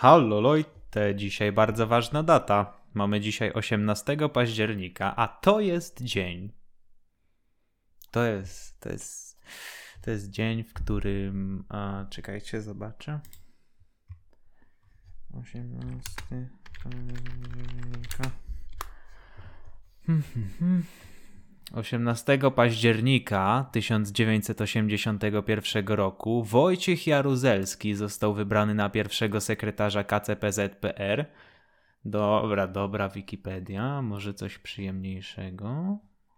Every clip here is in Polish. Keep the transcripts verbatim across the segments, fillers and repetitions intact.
Hallo Leute, dzisiaj bardzo ważna data. Mamy dzisiaj osiemnastego października, a to jest dzień. To jest, to jest, to jest dzień, w którym... A, czekajcie, zobaczę. osiemnastego października. Hmm, hmm, hmm. osiemnastego października tysiąc dziewięćset osiemdziesiątego pierwszego roku Wojciech Jaruzelski został wybrany na pierwszego sekretarza K C P Z P R. Dobra, dobra Wikipedia, może coś przyjemniejszego.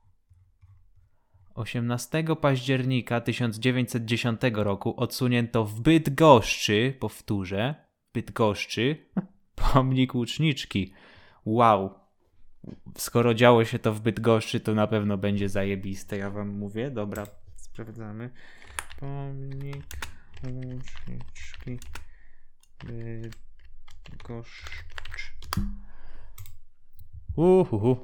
osiemnastego października tysiąc dziewięćset dziesiątego roku odsunięto w Bydgoszczy, powtórzę, Bydgoszczy, pomnik łuczniczki. Wow. Skoro działo się to w Bydgoszczy, to na pewno będzie zajebiste, ja wam mówię. Dobra, sprawdzamy. Pomnik łuczniczki Bydgoszcz. Uhuhu.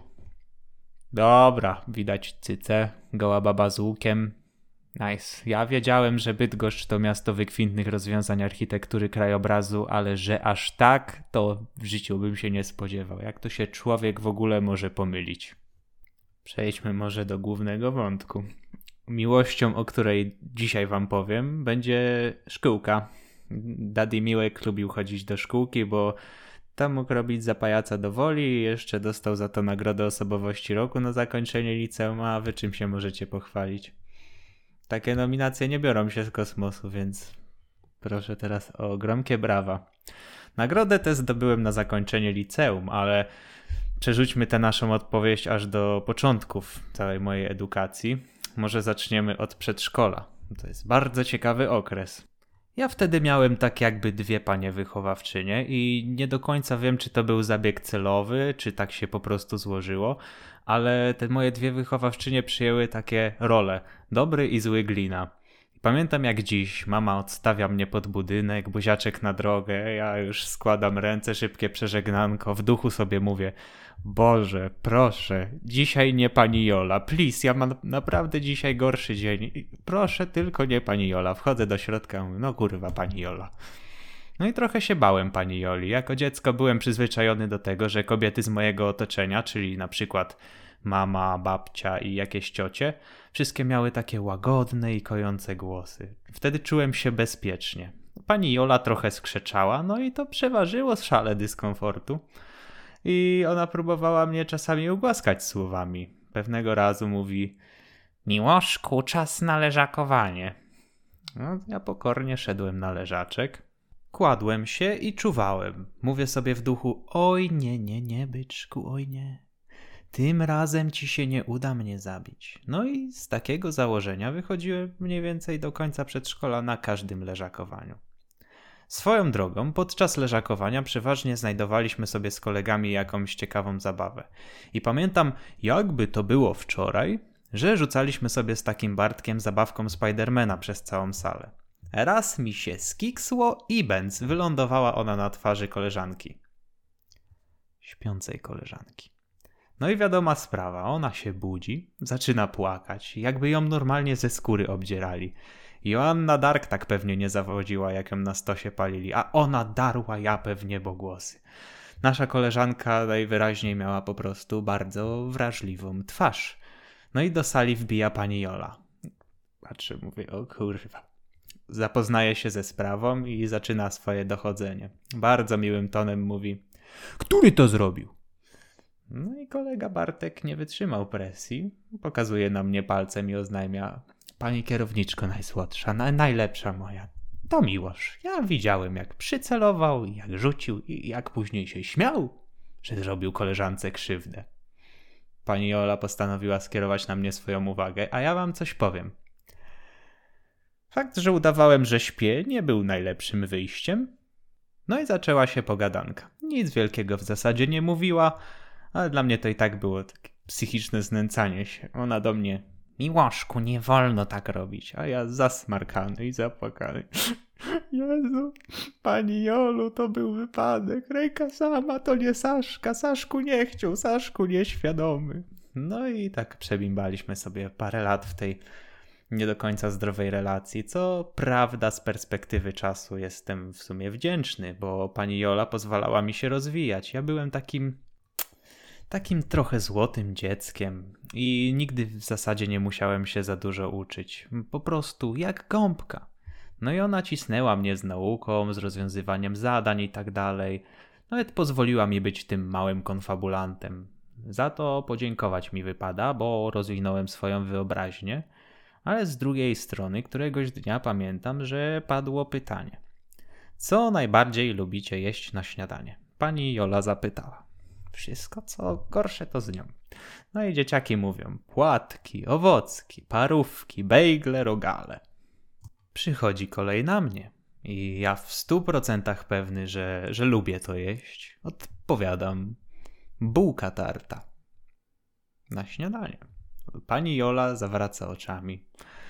Dobra, widać cycę, goła baba z łukiem. Nice. Ja wiedziałem, że Bydgoszcz to miasto wykwintnych rozwiązań architektury krajobrazu, ale że aż tak, to w życiu bym się nie spodziewał. Jak to się człowiek w ogóle może pomylić? Przejdźmy może do głównego wątku. Miłością, o której dzisiaj wam powiem, będzie szkółka. Daddy Miłek lubił chodzić do szkółki, bo tam mógł robić za pajaca do woli i jeszcze dostał za to nagrodę osobowości roku na zakończenie liceum, a wy czym się możecie pochwalić? Takie nominacje nie biorą się z kosmosu, więc proszę teraz o gromkie brawa. Nagrodę tę zdobyłem na zakończenie liceum, ale przerzućmy tę naszą odpowiedź aż do początków całej mojej edukacji. Może zaczniemy od przedszkola. To jest bardzo ciekawy okres. Ja wtedy miałem tak jakby dwie panie wychowawczynie i nie do końca wiem, czy to był zabieg celowy, czy tak się po prostu złożyło, ale te moje dwie wychowawczynie przyjęły takie role, dobry i zły glina. Pamiętam jak dziś, mama odstawia mnie pod budynek, buziaczek na drogę, ja już składam ręce, szybkie przeżegnanko, w duchu sobie mówię: Boże, proszę, dzisiaj nie pani Jola, please, ja mam naprawdę dzisiaj gorszy dzień, proszę tylko nie pani Jola. Wchodzę do środka, mówię: no kurwa pani Jola. No i trochę się bałem pani Joli. Jako dziecko byłem przyzwyczajony do tego, że kobiety z mojego otoczenia, czyli na przykład mama, babcia i jakieś ciocie, wszystkie miały takie łagodne i kojące głosy. Wtedy czułem się bezpiecznie. Pani Jola trochę skrzeczała, no i to przeważyło szale dyskomfortu. I ona próbowała mnie czasami ugłaskać słowami. Pewnego razu mówi: Miłoszku, czas na leżakowanie. No, ja pokornie szedłem na leżaczek. Kładłem się i czuwałem. Mówię sobie w duchu: oj nie, nie, nie, byczku, oj nie. Tym razem ci się nie uda mnie zabić. No i z takiego założenia wychodziłem mniej więcej do końca przedszkola na każdym leżakowaniu. Swoją drogą, podczas leżakowania przeważnie znajdowaliśmy sobie z kolegami jakąś ciekawą zabawę. I pamiętam, jakby to było wczoraj, że rzucaliśmy sobie z takim Bartkiem zabawką Spidermana przez całą salę. Raz mi się skiksło i bęc, wylądowała ona na twarzy koleżanki. Śpiącej koleżanki. No i wiadoma sprawa, ona się budzi, zaczyna płakać, jakby ją normalnie ze skóry obdzierali. Joanna Dark tak pewnie nie zawodziła, jak ją na stosie palili, a ona darła japę w niebogłosy. Nasza koleżanka najwyraźniej miała po prostu bardzo wrażliwą twarz. No i do sali wbija pani Jola. Patrzę, mówię: o kurwa. Zapoznaje się ze sprawą i zaczyna swoje dochodzenie. Bardzo miłym tonem mówi: który to zrobił? No i kolega Bartek nie wytrzymał presji. Pokazuje na mnie palcem i oznajmia: pani kierowniczko najsłodsza, na, najlepsza moja, to Miłosz. Ja widziałem, jak przycelował, jak rzucił i jak później się śmiał, że zrobił koleżance krzywdę. Pani Jola postanowiła skierować na mnie swoją uwagę, a ja wam coś powiem. Fakt, że udawałem, że śpię, nie był najlepszym wyjściem. No i zaczęła się pogadanka. Nic wielkiego w zasadzie nie mówiła, ale dla mnie to i tak było takie psychiczne znęcanie się. Ona do mnie: Miłoszku, nie wolno tak robić. A ja zasmarkany i zapłakany: Jezu, pani Jolu, to był wypadek. Ręka sama, to nie Saszka. Saszku nie chciał, Saszku nieświadomy. No i tak przebimbaliśmy sobie parę lat w tej nie do końca zdrowej relacji, co prawda z perspektywy czasu jestem w sumie wdzięczny, bo pani Jola pozwalała mi się rozwijać. Ja byłem takim, takim trochę złotym dzieckiem i nigdy w zasadzie nie musiałem się za dużo uczyć. Po prostu jak gąbka. No i ona cisnęła mnie z nauką, z rozwiązywaniem zadań i tak dalej. Nawet pozwoliła mi być tym małym konfabulantem. Za to podziękować mi wypada, bo rozwinąłem swoją wyobraźnię. Ale z drugiej strony któregoś dnia pamiętam, że padło pytanie. Co najbardziej lubicie jeść na śniadanie? Pani Jola zapytała. Wszystko co gorsze to z nią. No i dzieciaki mówią płatki, owocki, parówki, bejgle, rogale. Przychodzi kolej na mnie i ja w stu procentach pewny, że, że lubię to jeść. Odpowiadam bułka tarta na śniadanie. Pani Jola zawraca oczami.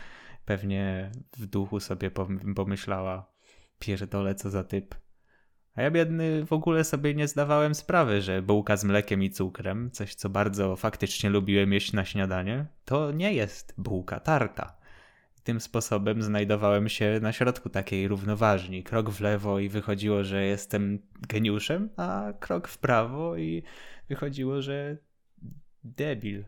Pewnie w duchu sobie pomyślała, pierdolę co za typ. A ja biedny w ogóle sobie nie zdawałem sprawy, że bułka z mlekiem i cukrem, coś co bardzo faktycznie lubiłem jeść na śniadanie, to nie jest bułka tarta. Tym sposobem znajdowałem się na środku takiej równoważni. Krok w lewo i wychodziło, że jestem geniuszem, a krok w prawo i wychodziło, że debil.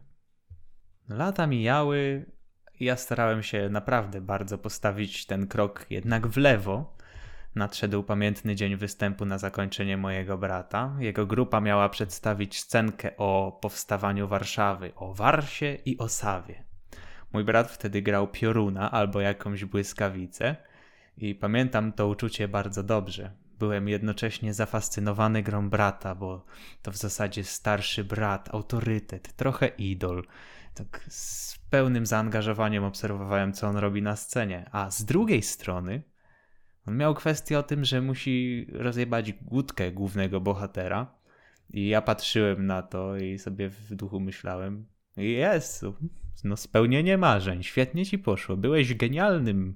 Lata mijały i ja starałem się naprawdę bardzo postawić ten krok jednak w lewo. Nadszedł pamiętny dzień występu na zakończenie mojego brata. Jego grupa miała przedstawić scenkę o powstawaniu Warszawy, o Warsie i Osawie. Mój brat wtedy grał pioruna albo jakąś błyskawicę i pamiętam to uczucie bardzo dobrze. Byłem jednocześnie zafascynowany grą brata, bo to w zasadzie starszy brat, autorytet, trochę idol. Tak z pełnym zaangażowaniem obserwowałem, co on robi na scenie. A z drugiej strony on miał kwestię o tym, że musi rozjebać głódkę głównego bohatera. I ja patrzyłem na to i sobie w duchu myślałem, Jezu, no spełnienie marzeń, świetnie ci poszło, byłeś genialnym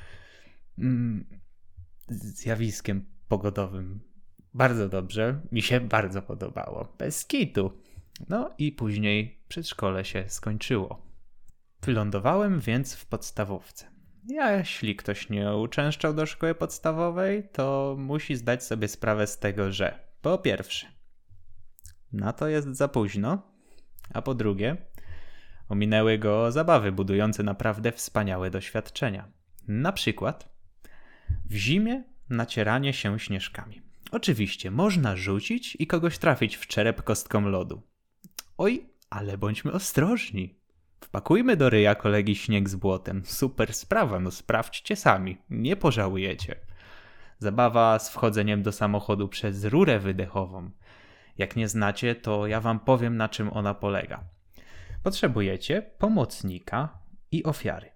mm, zjawiskiem pogodowym. Bardzo dobrze, mi się bardzo podobało, bez kitu. No i później przedszkole się skończyło. Wylądowałem więc w podstawówce. Jeśli ktoś nie uczęszczał do szkoły podstawowej, to musi zdać sobie sprawę z tego, że po pierwsze, na to jest za późno, a po drugie, ominęły go zabawy budujące naprawdę wspaniałe doświadczenia. Na przykład w zimie nacieranie się śnieżkami. Oczywiście można rzucić i kogoś trafić w czerep kostką lodu. Oj, ale bądźmy ostrożni. Wpakujmy do ryja kolegi śnieg z błotem. Super sprawa, no sprawdźcie sami. Nie pożałujecie. Zabawa z wchodzeniem do samochodu przez rurę wydechową. Jak nie znacie, to ja wam powiem, na czym ona polega. Potrzebujecie pomocnika i ofiary.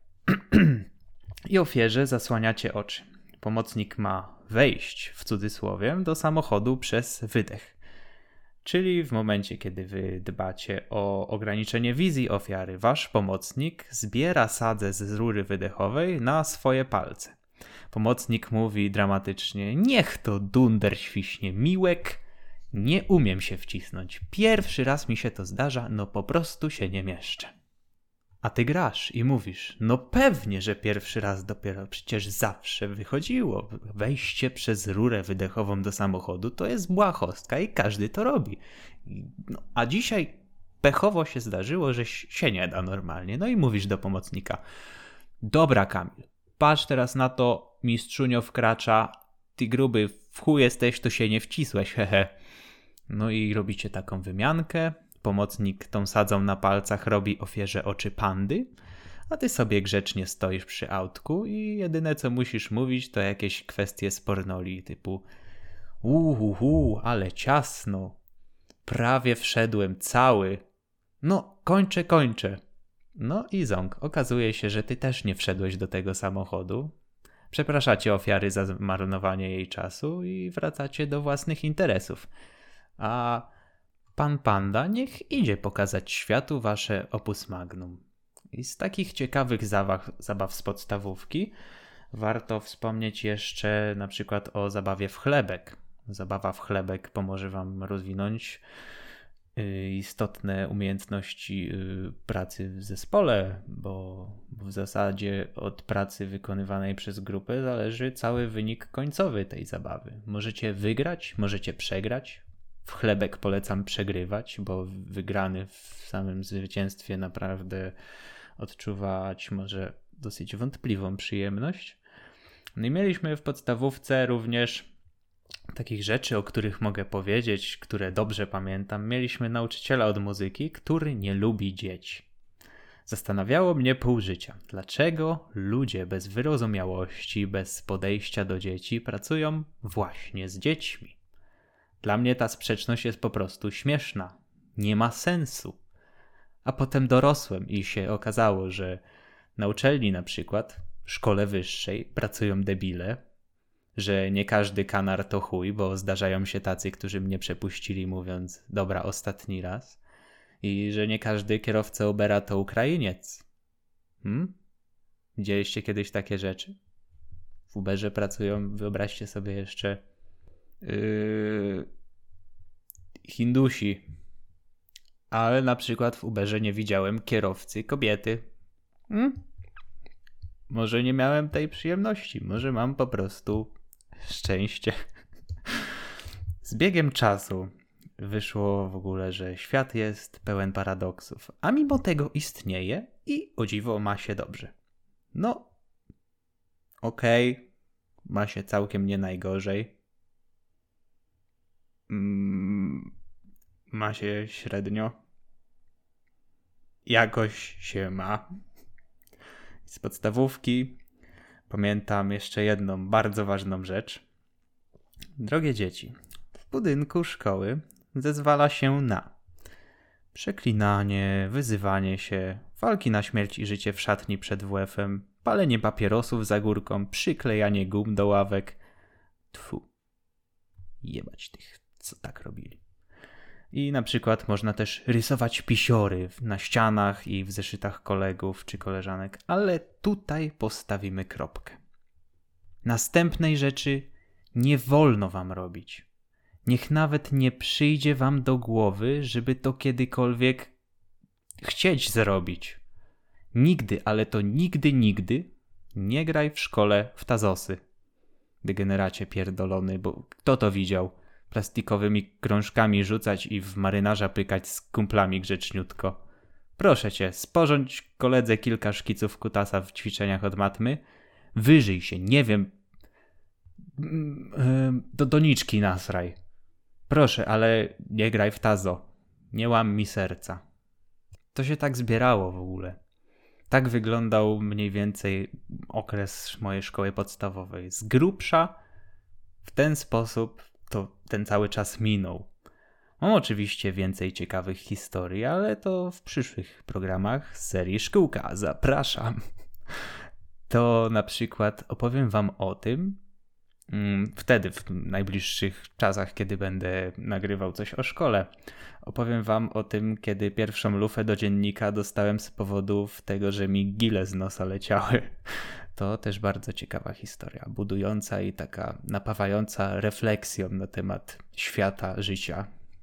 I ofierze zasłaniacie oczy. Pomocnik ma wejść, w cudzysłowie, do samochodu przez wydech. Czyli w momencie, kiedy wy dbacie o ograniczenie wizji ofiary, wasz pomocnik zbiera sadzę z rury wydechowej na swoje palce. Pomocnik mówi dramatycznie, niech to dunder świśnie miłek, nie umiem się wcisnąć. Pierwszy raz mi się to zdarza, no po prostu się nie mieszczę. A ty grasz i mówisz, no pewnie, że pierwszy raz dopiero, przecież zawsze wychodziło. Wejście przez rurę wydechową do samochodu to jest błahostka i każdy to robi. No, a dzisiaj pechowo się zdarzyło, że się nie da normalnie. No i mówisz do pomocnika, dobra Kamil, patrz teraz na to, mistrzunio wkracza, ty gruby, w chuj jesteś, to się nie wcisłeś, hehe. No i robicie taką wymiankę. Pomocnik tą sadzą na palcach robi ofierze oczy pandy, a ty sobie grzecznie stoisz przy autku i jedyne co musisz mówić to jakieś kwestie z pornoli typu uhuhu, ale ciasno, prawie wszedłem cały, no kończę, kończę. No i ząg, okazuje się, że ty też nie wszedłeś do tego samochodu. Przepraszacie ofiary za zmarnowanie jej czasu i wracacie do własnych interesów. A pan Panda niech idzie pokazać światu wasze opus magnum. I z takich ciekawych zabaw, zabaw z podstawówki warto wspomnieć jeszcze na przykład o zabawie w chlebek. Zabawa w chlebek pomoże wam rozwinąć y, istotne umiejętności y, pracy w zespole, bo, bo w zasadzie od pracy wykonywanej przez grupę zależy cały wynik końcowy tej zabawy. Możecie wygrać, możecie przegrać. W chlebek polecam przegrywać, bo wygrany w samym zwycięstwie naprawdę odczuwać może dosyć wątpliwą przyjemność. No i mieliśmy w podstawówce również takich rzeczy, o których mogę powiedzieć, które dobrze pamiętam. Mieliśmy nauczyciela od muzyki, który nie lubi dzieci. Zastanawiało mnie pół życia, dlaczego ludzie bez wyrozumiałości, bez podejścia do dzieci pracują właśnie z dziećmi. Dla mnie ta sprzeczność jest po prostu śmieszna. Nie ma sensu. A potem dorosłem i się okazało, że na uczelni na przykład, w szkole wyższej, pracują debile, że nie każdy kanar to chuj, bo zdarzają się tacy, którzy mnie przepuścili mówiąc dobra, ostatni raz, i że nie każdy kierowca Ubera to Ukrainiec. Hmm? Widzieliście kiedyś takie rzeczy? W Uberze pracują, wyobraźcie sobie jeszcze, yy, Hindusi. Ale na przykład w Uberze nie widziałem kierowcy kobiety. Hmm? Może nie miałem tej przyjemności, może mam po prostu szczęście. Z biegiem czasu wyszło w ogóle, że świat jest pełen paradoksów, a mimo tego istnieje i o dziwo ma się dobrze. No, okej, okay, ma się całkiem nie najgorzej. Mm, ma się średnio. Jakoś się ma. Z podstawówki pamiętam jeszcze jedną bardzo ważną rzecz. Drogie dzieci, w budynku szkoły zezwala się na przeklinanie, wyzywanie się, walki na śmierć i życie w szatni przed W F-em, palenie papierosów za górką, przyklejanie gum do ławek. Tfu, jebać tych, co tak robili. I na przykład można też rysować pisiory na ścianach i w zeszytach kolegów czy koleżanek, ale tutaj postawimy kropkę. Następnej rzeczy nie wolno wam robić. Niech nawet nie przyjdzie wam do głowy, żeby to kiedykolwiek chcieć zrobić. Nigdy, ale to nigdy, nigdy nie graj w szkole w tazosy. Degeneracie pierdolony, bo kto to widział? Plastikowymi krążkami rzucać i w marynarza pykać z kumplami grzeczniutko. Proszę cię, sporządź koledze kilka szkiców kutasa w ćwiczeniach od matmy. Wyżyj się, nie wiem, do doniczki nasraj. Proszę, ale nie graj w tazo. Nie łam mi serca. To się tak zbierało w ogóle. Tak wyglądał mniej więcej okres mojej szkoły podstawowej. Z grubsza w ten sposób to ten cały czas minął. Mam oczywiście więcej ciekawych historii, ale to w przyszłych programach z serii Szkółka. Zapraszam. To na przykład opowiem wam o tym, wtedy, w najbliższych czasach, kiedy będę nagrywał coś o szkole, opowiem wam o tym, kiedy pierwszą lufę do dziennika dostałem z powodu tego, że mi gile z nosa leciały. To też bardzo ciekawa historia, budująca i taka napawająca refleksją na temat świata, życia,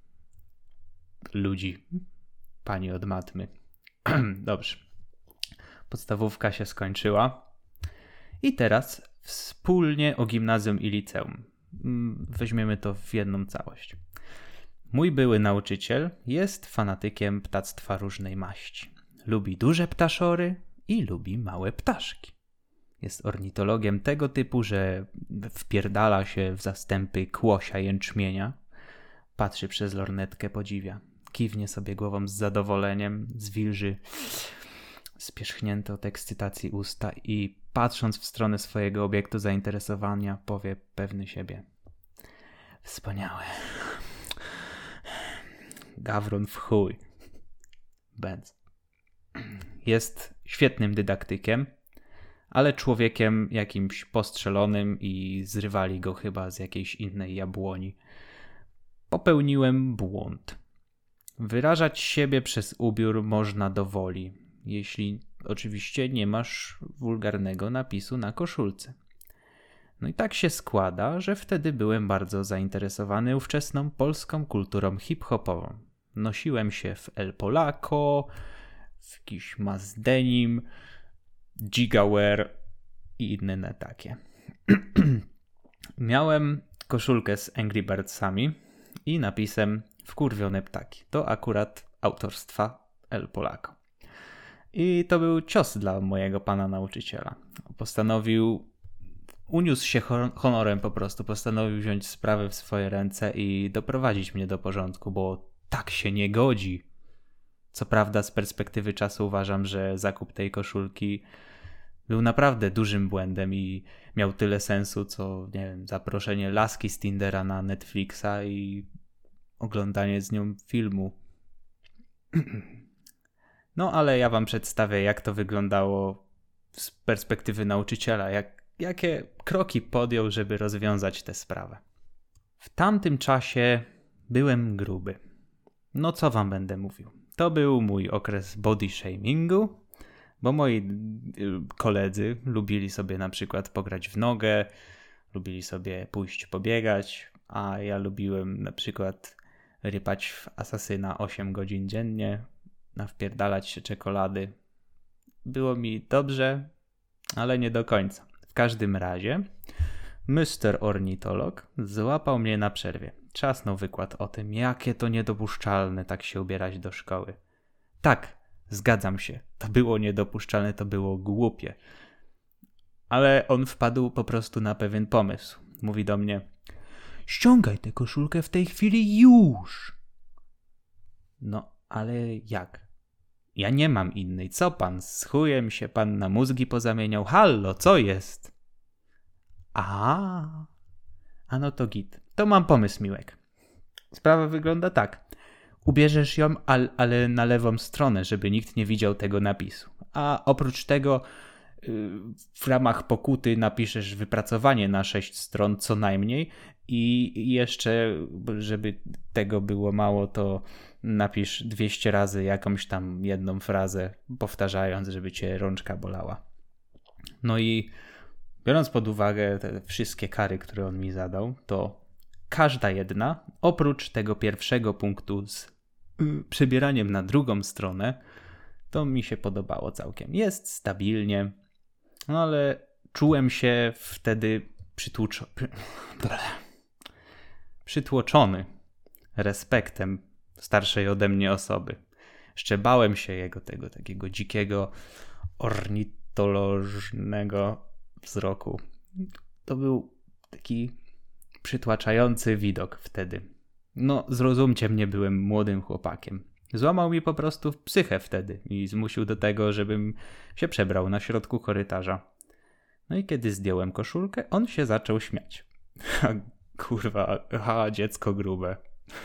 ludzi, pani od matmy. Dobrze. Podstawówka się skończyła i teraz wspólnie o gimnazjum i liceum. Weźmiemy to w jedną całość. Mój były nauczyciel jest fanatykiem ptactwa różnej maści. Lubi duże ptaszory i lubi małe ptaszki. Jest ornitologiem tego typu, że wpierdala się w zastępy kłosia jęczmienia. Patrzy przez lornetkę, podziwia. Kiwnie sobie głową z zadowoleniem, zwilży spierzchnięte od ekscytacji usta i patrząc w stronę swojego obiektu zainteresowania powie pewny siebie. Wspaniałe. Gawron w chuj. Benz. Jest świetnym dydaktykiem, ale człowiekiem jakimś postrzelonym i zrywali go chyba z jakiejś innej jabłoni. Popełniłem błąd. Wyrażać siebie przez ubiór można do woli, jeśli oczywiście nie masz wulgarnego napisu na koszulce. No i tak się składa, że wtedy byłem bardzo zainteresowany ówczesną polską kulturą hip-hopową. Nosiłem się w El Polaco, w jakiś Mazdenim, Gigawear i inne takie. Miałem koszulkę z Angry Birdsami i napisem Wkurwione ptaki. To akurat autorstwa El Polaco. I to był cios dla mojego pana nauczyciela. Postanowił, uniósł się honorem po prostu, postanowił wziąć sprawę w swoje ręce i doprowadzić mnie do porządku, bo tak się nie godzi. Co prawda z perspektywy czasu uważam, że zakup tej koszulki był naprawdę dużym błędem i miał tyle sensu, co nie wiem, zaproszenie laski z Tindera na Netflixa i oglądanie z nią filmu. No ale ja wam przedstawię, jak to wyglądało z perspektywy nauczyciela, jak, jakie kroki podjął, żeby rozwiązać tę sprawę. W tamtym czasie byłem gruby. No co wam będę mówił? To był mój okres body shamingu, bo moi koledzy lubili sobie na przykład pograć w nogę, lubili sobie pójść pobiegać, a ja lubiłem na przykład rypać w Asasyna osiem godzin dziennie, nawpierdalać się czekolady. Było mi dobrze, ale nie do końca. W każdym razie mister Ornitolog złapał mnie na przerwie. Trzasnął wykład o tym, jakie to niedopuszczalne tak się ubierać do szkoły. Tak, zgadzam się, to było niedopuszczalne, to było głupie. Ale on wpadł po prostu na pewien pomysł. Mówi do mnie: ściągaj tę koszulkę w tej chwili już! No, ale jak? Ja nie mam innej. Co pan? Z chujem się pan na mózgi pozamieniał? Hallo, co jest? A, a no to git. To mam pomysł, Miłek. Sprawa wygląda tak. Ubierzesz ją, al, ale na lewą stronę, żeby nikt nie widział tego napisu. A oprócz tego yy, w ramach pokuty napiszesz wypracowanie na sześć stron co najmniej i jeszcze, żeby tego było mało, to napisz dwieście razy jakąś tam jedną frazę, powtarzając, żeby cię rączka bolała. No i biorąc pod uwagę te wszystkie kary, które on mi zadał, to każda jedna, oprócz tego pierwszego punktu z y, przebieraniem na drugą stronę, to mi się podobało całkiem. Jest stabilnie, no ale czułem się wtedy przytłuczo... przytłoczony respektem starszej ode mnie osoby. Jeszcze bałem się jego tego takiego dzikiego, ornitolożnego wzroku. To był taki przytłaczający widok wtedy. No, zrozumcie mnie, byłem młodym chłopakiem. Złamał mi po prostu psychę wtedy i zmusił do tego, żebym się przebrał na środku korytarza. No i kiedy zdjąłem koszulkę, on się zaczął śmiać. Kurwa, ha, dziecko grube.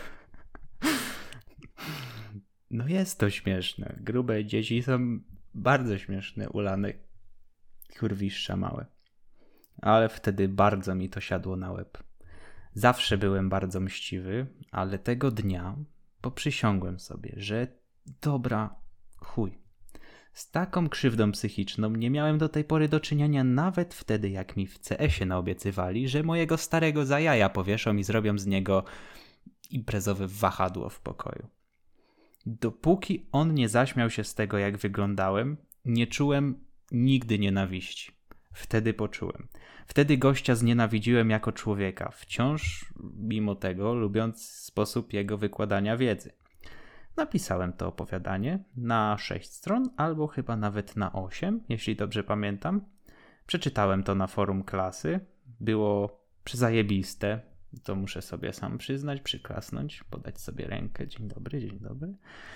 No jest to śmieszne. Grube dzieci są bardzo śmieszne, ulane kurwiszcza małe. Ale wtedy bardzo mi to siadło na łeb. Zawsze byłem bardzo mściwy, ale tego dnia poprzysiągłem sobie, że dobra, chuj. Z taką krzywdą psychiczną nie miałem do tej pory do czynienia nawet wtedy, jak mi w C S ie naobiecywali, że mojego starego za jaja powieszą i zrobią z niego imprezowe wahadło w pokoju. Dopóki on nie zaśmiał się z tego, jak wyglądałem, nie czułem nigdy nienawiści. Wtedy poczułem. Wtedy gościa znienawidziłem jako człowieka, wciąż mimo tego lubiąc sposób jego wykładania wiedzy. Napisałem to opowiadanie na sześć stron, albo chyba nawet na osiem, jeśli dobrze pamiętam. Przeczytałem to na forum klasy. Było przezajebiste. To muszę sobie sam przyznać, przyklasnąć, podać sobie rękę. Dzień dobry, dzień dobry.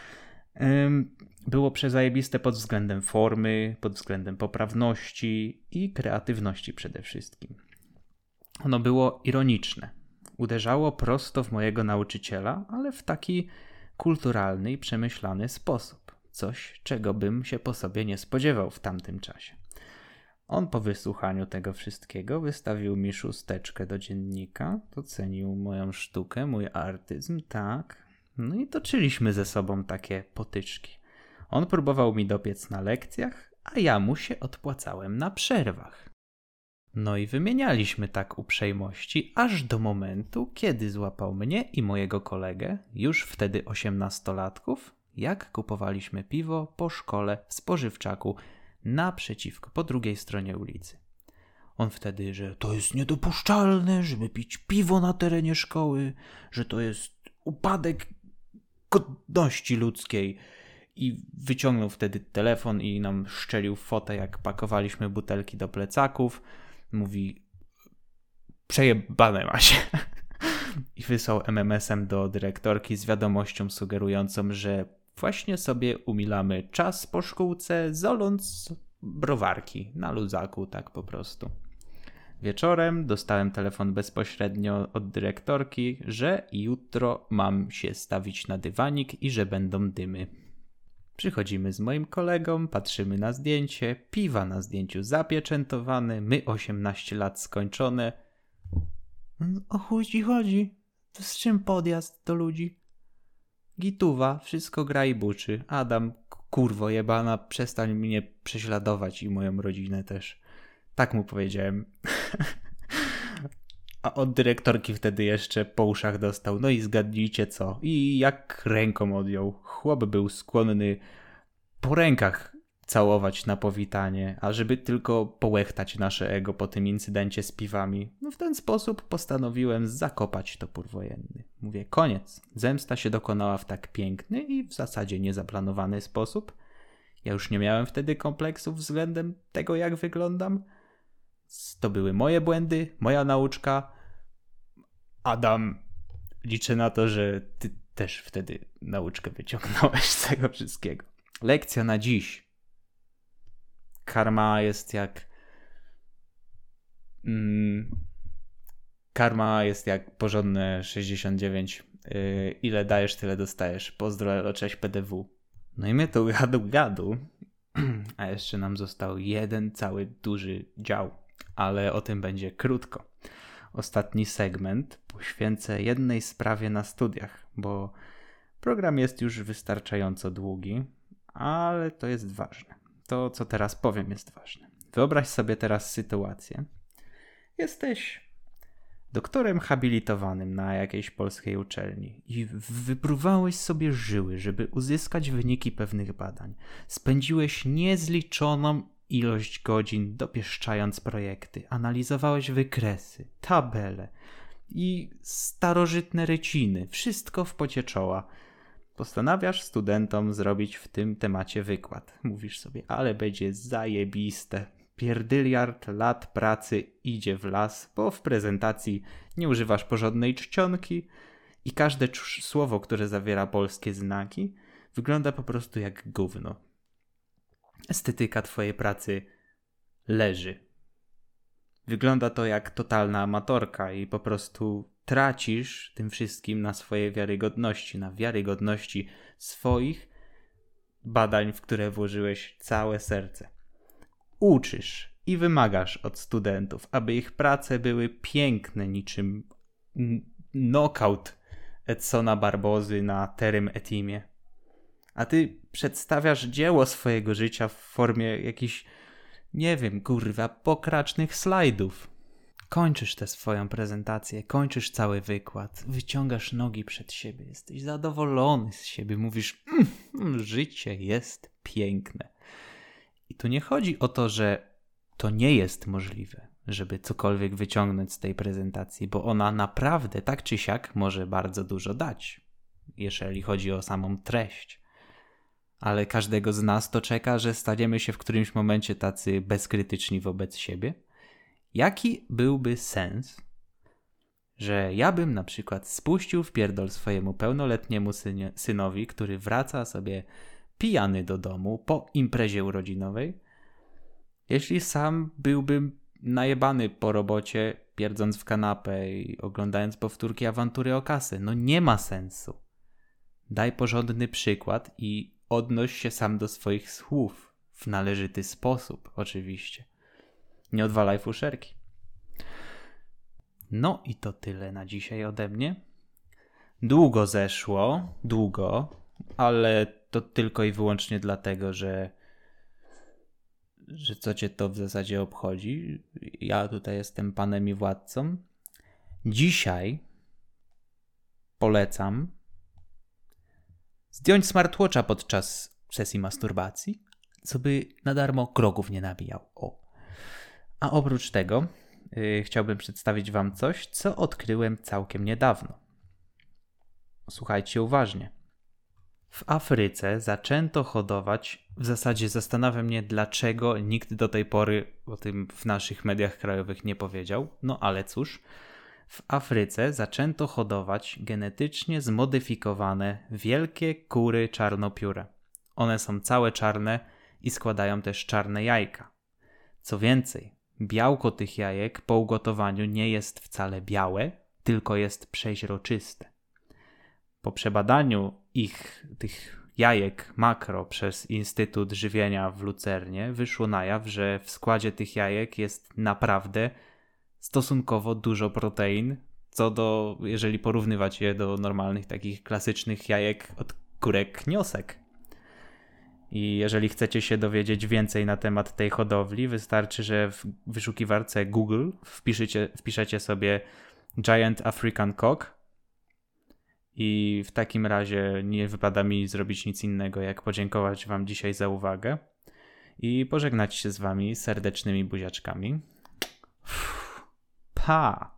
Było przezajebiste pod względem formy, pod względem poprawności i kreatywności przede wszystkim. Ono było ironiczne. Uderzało prosto w mojego nauczyciela, ale w taki kulturalny i przemyślany sposób. Coś, czego bym się po sobie nie spodziewał w tamtym czasie. On po wysłuchaniu tego wszystkiego wystawił mi szósteczkę do dziennika, docenił moją sztukę, mój artyzm, tak. No i toczyliśmy ze sobą takie potyczki. On próbował mi dopiec na lekcjach, a ja mu się odpłacałem na przerwach. No i wymienialiśmy tak uprzejmości, aż do momentu, kiedy złapał mnie i mojego kolegę, już wtedy osiemnastolatków, jak kupowaliśmy piwo po szkole w spożywczaku naprzeciwko, po drugiej stronie ulicy. On wtedy, że to jest niedopuszczalne, żeby pić piwo na terenie szkoły, że to jest upadek godności ludzkiej. I wyciągnął wtedy telefon i nam szczelił fotę, jak pakowaliśmy butelki do plecaków. Mówi, przejebane ma się. I wysłał em em esem do dyrektorki z wiadomością sugerującą, że właśnie sobie umilamy czas po szkółce, zoląc browarki na luzaku, tak po prostu. Wieczorem dostałem telefon bezpośrednio od dyrektorki, że jutro mam się stawić na dywanik i że będą dymy. Przychodzimy z moim kolegą, patrzymy na zdjęcie, piwa na zdjęciu zapieczętowane, my osiemnaście lat skończone. O chuj ci chodzi? To z czym podjazd do ludzi? Gituwa, wszystko gra i buczy. Adam, kurwo jebana, przestań mnie prześladować i moją rodzinę też. Tak mu powiedziałem. A od dyrektorki wtedy jeszcze po uszach dostał. No i zgadnijcie co. I jak ręką odjął. Chłop był skłonny po rękach całować na powitanie, a żeby tylko połechtać nasze ego po tym incydencie z piwami. No w ten sposób postanowiłem zakopać topór wojenny. Mówię, koniec. Zemsta się dokonała w tak piękny i w zasadzie niezaplanowany sposób. Ja już nie miałem wtedy kompleksów względem tego, jak wyglądam. To były moje błędy, moja nauczka. Adam, liczę na to, że ty też wtedy nauczkę wyciągnąłeś z tego wszystkiego. Lekcja na dziś. Karma jest jak... Mm, karma jest jak porządne sześćdziesiąt dziewięć. Yy, ile dajesz, tyle dostajesz. Pozdro, cześć P D W. No i my tu gadu gadu. A jeszcze nam został jeden cały duży dział. Ale o tym będzie krótko. Ostatni segment poświęcę jednej sprawie na studiach, bo program jest już wystarczająco długi, ale to jest ważne. To, co teraz powiem, jest ważne. Wyobraź sobie teraz sytuację. Jesteś doktorem habilitowanym na jakiejś polskiej uczelni i wypruwałeś sobie żyły, żeby uzyskać wyniki pewnych badań. Spędziłeś niezliczoną ilość godzin dopieszczając projekty, analizowałeś wykresy, tabele i starożytne ryciny, wszystko w pocie czoła. Postanawiasz studentom zrobić w tym temacie wykład. Mówisz sobie, ale będzie zajebiste. Pierdyliard lat pracy idzie w las, bo w prezentacji nie używasz porządnej czcionki i każde słowo, które zawiera polskie znaki, wygląda po prostu jak gówno. Estetyka twojej pracy leży. Wygląda to jak totalna amatorka i po prostu tracisz tym wszystkim na swojej wiarygodności, na wiarygodności swoich badań, w które włożyłeś całe serce. Uczysz i wymagasz od studentów, aby ich prace były piękne, niczym knockout Edsona Barbozy na Terym Etimie. A ty przedstawiasz dzieło swojego życia w formie jakichś, nie wiem, kurwa, pokracznych slajdów. Kończysz tę swoją prezentację, kończysz cały wykład, wyciągasz nogi przed siebie, jesteś zadowolony z siebie, mówisz, mm, życie jest piękne. I tu nie chodzi o to, że to nie jest możliwe, żeby cokolwiek wyciągnąć z tej prezentacji, bo ona naprawdę tak czy siak może bardzo dużo dać, jeżeli chodzi o samą treść. Ale każdego z nas to czeka, że staniemy się w którymś momencie tacy bezkrytyczni wobec siebie. Jaki byłby sens, że ja bym na przykład spuścił w pierdol swojemu pełnoletniemu synie, synowi, który wraca sobie pijany do domu po imprezie urodzinowej, jeśli sam byłbym najebany po robocie, pierdząc w kanapę i oglądając powtórki Awantury o kasę? No nie ma sensu. Daj porządny przykład i odnoś się sam do swoich słów. W należyty sposób, oczywiście. Nie odwalaj fuszerki. No i to tyle na dzisiaj ode mnie. Długo zeszło, długo, ale to tylko i wyłącznie dlatego, że że co cię to w zasadzie obchodzi. Ja tutaj jestem panem i władcą. Dzisiaj polecam zdjąć smartwatcha podczas sesji masturbacji, co by na darmo kroków nie nabijał. O. A oprócz tego yy, chciałbym przedstawić wam coś, co odkryłem całkiem niedawno. Słuchajcie uważnie. W Afryce zaczęto hodować, w zasadzie zastanawia mnie, dlaczego nikt do tej pory o tym w naszych mediach krajowych nie powiedział, no ale cóż, w Afryce zaczęto hodować genetycznie zmodyfikowane wielkie kury czarnopióre. One są całe czarne i składają też czarne jajka. Co więcej, białko tych jajek po ugotowaniu nie jest wcale białe, tylko jest przeźroczyste. Po przebadaniu ich, tych jajek makro przez Instytut Żywienia w Lucernie wyszło na jaw, że w składzie tych jajek jest naprawdę stosunkowo dużo protein, co do, jeżeli porównywać je do normalnych takich klasycznych jajek od kurek kniosek. I jeżeli chcecie się dowiedzieć więcej na temat tej hodowli, wystarczy, że w wyszukiwarce Google wpiszecie, wpiszecie sobie Giant African Cock i w takim razie nie wypada mi zrobić nic innego, jak podziękować wam dzisiaj za uwagę i pożegnać się z wami serdecznymi buziaczkami. Pa!